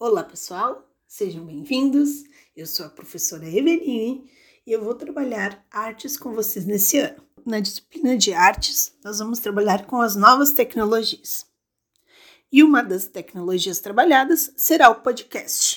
Olá pessoal, sejam bem-vindos. Eu sou a professora Eveline e eu vou trabalhar artes com vocês nesse ano. Na disciplina de artes, nós vamos trabalhar com as novas tecnologias. E uma das tecnologias trabalhadas será o podcast.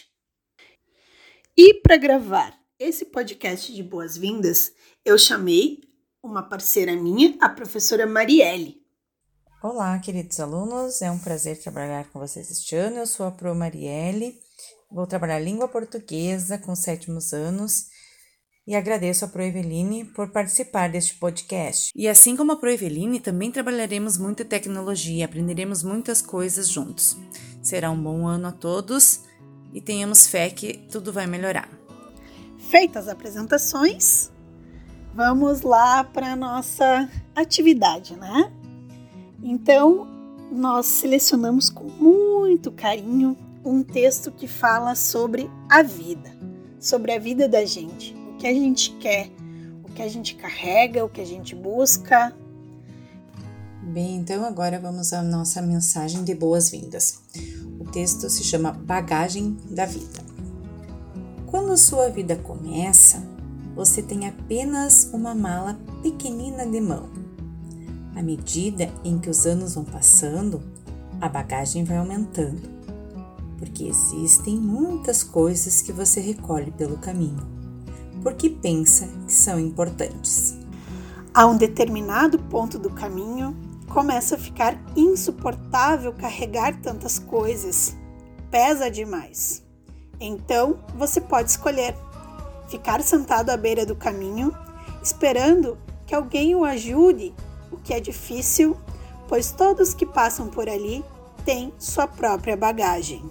E para gravar esse podcast de boas-vindas, eu chamei uma parceira minha, a professora Marielle. Olá, queridos alunos, é um prazer trabalhar com vocês este ano. Eu sou a Pro Marielle, vou trabalhar língua portuguesa com 7º anos e agradeço a Pro Eveline por participar deste podcast. E assim como a Pro Eveline, também trabalharemos muita tecnologia, aprenderemos muitas coisas juntos. Será um bom ano a todos e tenhamos fé que tudo vai melhorar. Feitas as apresentações, vamos lá para a nossa atividade, né? Então, nós selecionamos com muito carinho um texto que fala sobre a vida da gente, o que a gente quer, o que a gente carrega, o que a gente busca. Bem, então agora vamos à nossa mensagem de boas-vindas. O texto se chama Bagagem da Vida. Quando sua vida começa, você tem apenas uma mala pequenina de mão. À medida em que os anos vão passando, a bagagem vai aumentando, porque existem muitas coisas que você recolhe pelo caminho, porque pensa que são importantes. A um determinado ponto do caminho, começa a ficar insuportável carregar tantas coisas, pesa demais. Então, você pode escolher ficar sentado à beira do caminho, esperando que alguém o ajude, o que é difícil, pois todos que passam por ali têm sua própria bagagem.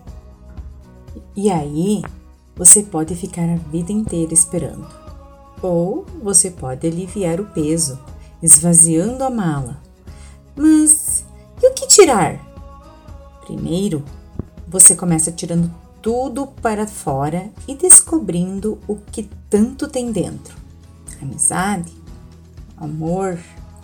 E aí, você pode ficar a vida inteira esperando. Ou você pode aliviar o peso, esvaziando a mala. Mas e o que tirar? Primeiro, você começa tirando tudo para fora e descobrindo o que tanto tem dentro. Amizade, amor,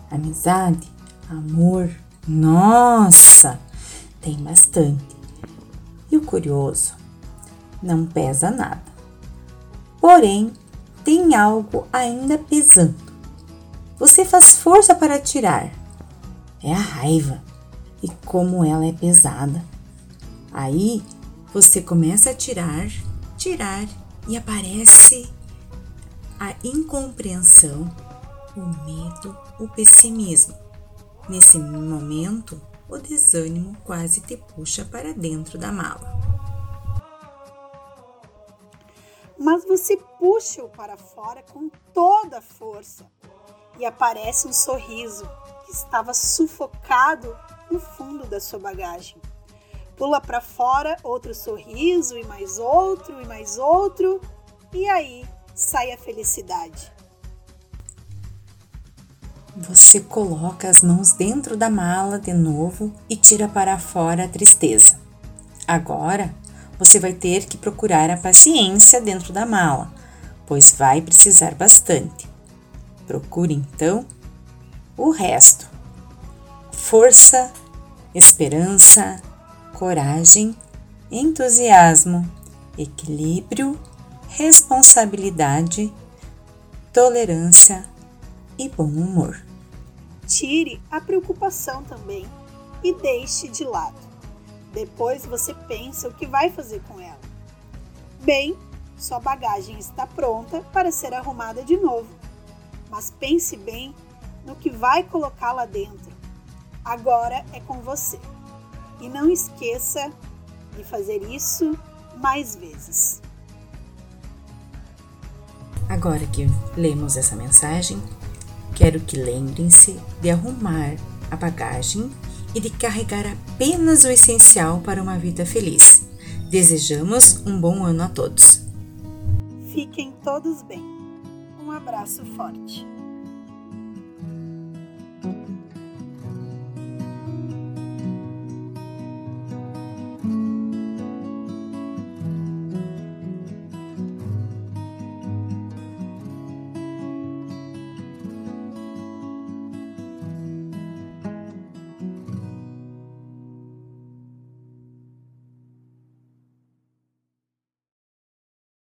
nossa, tem bastante. E o curioso, não pesa nada. Porém, tem algo ainda pesando. Você faz força para tirar. É a raiva. E como ela é pesada. Aí, você começa a tirar e aparece a incompreensão, o medo, o pessimismo. Nesse momento, o desânimo quase te puxa para dentro da mala. Mas você puxa-o para fora com toda a força e aparece um sorriso que estava sufocado no fundo da sua bagagem. Pula para fora outro sorriso e mais outro e aí sai a felicidade. Você coloca as mãos dentro da mala de novo e tira para fora a tristeza. Agora, você vai ter que procurar a paciência dentro da mala, pois vai precisar bastante. Procure então o resto. Força, esperança, coragem, entusiasmo, equilíbrio, responsabilidade, tolerância e bom humor. Tire a preocupação também e deixe de lado. Depois você pensa o que vai fazer com ela. Bem, sua bagagem está pronta para ser arrumada de novo. Mas pense bem no que vai colocar lá dentro. Agora é com você. E não esqueça de fazer isso mais vezes. Agora que lemos essa mensagem, quero que lembrem-se de arrumar a bagagem e de carregar apenas o essencial para uma vida feliz. Desejamos um bom ano a todos. Fiquem todos bem. Um abraço forte.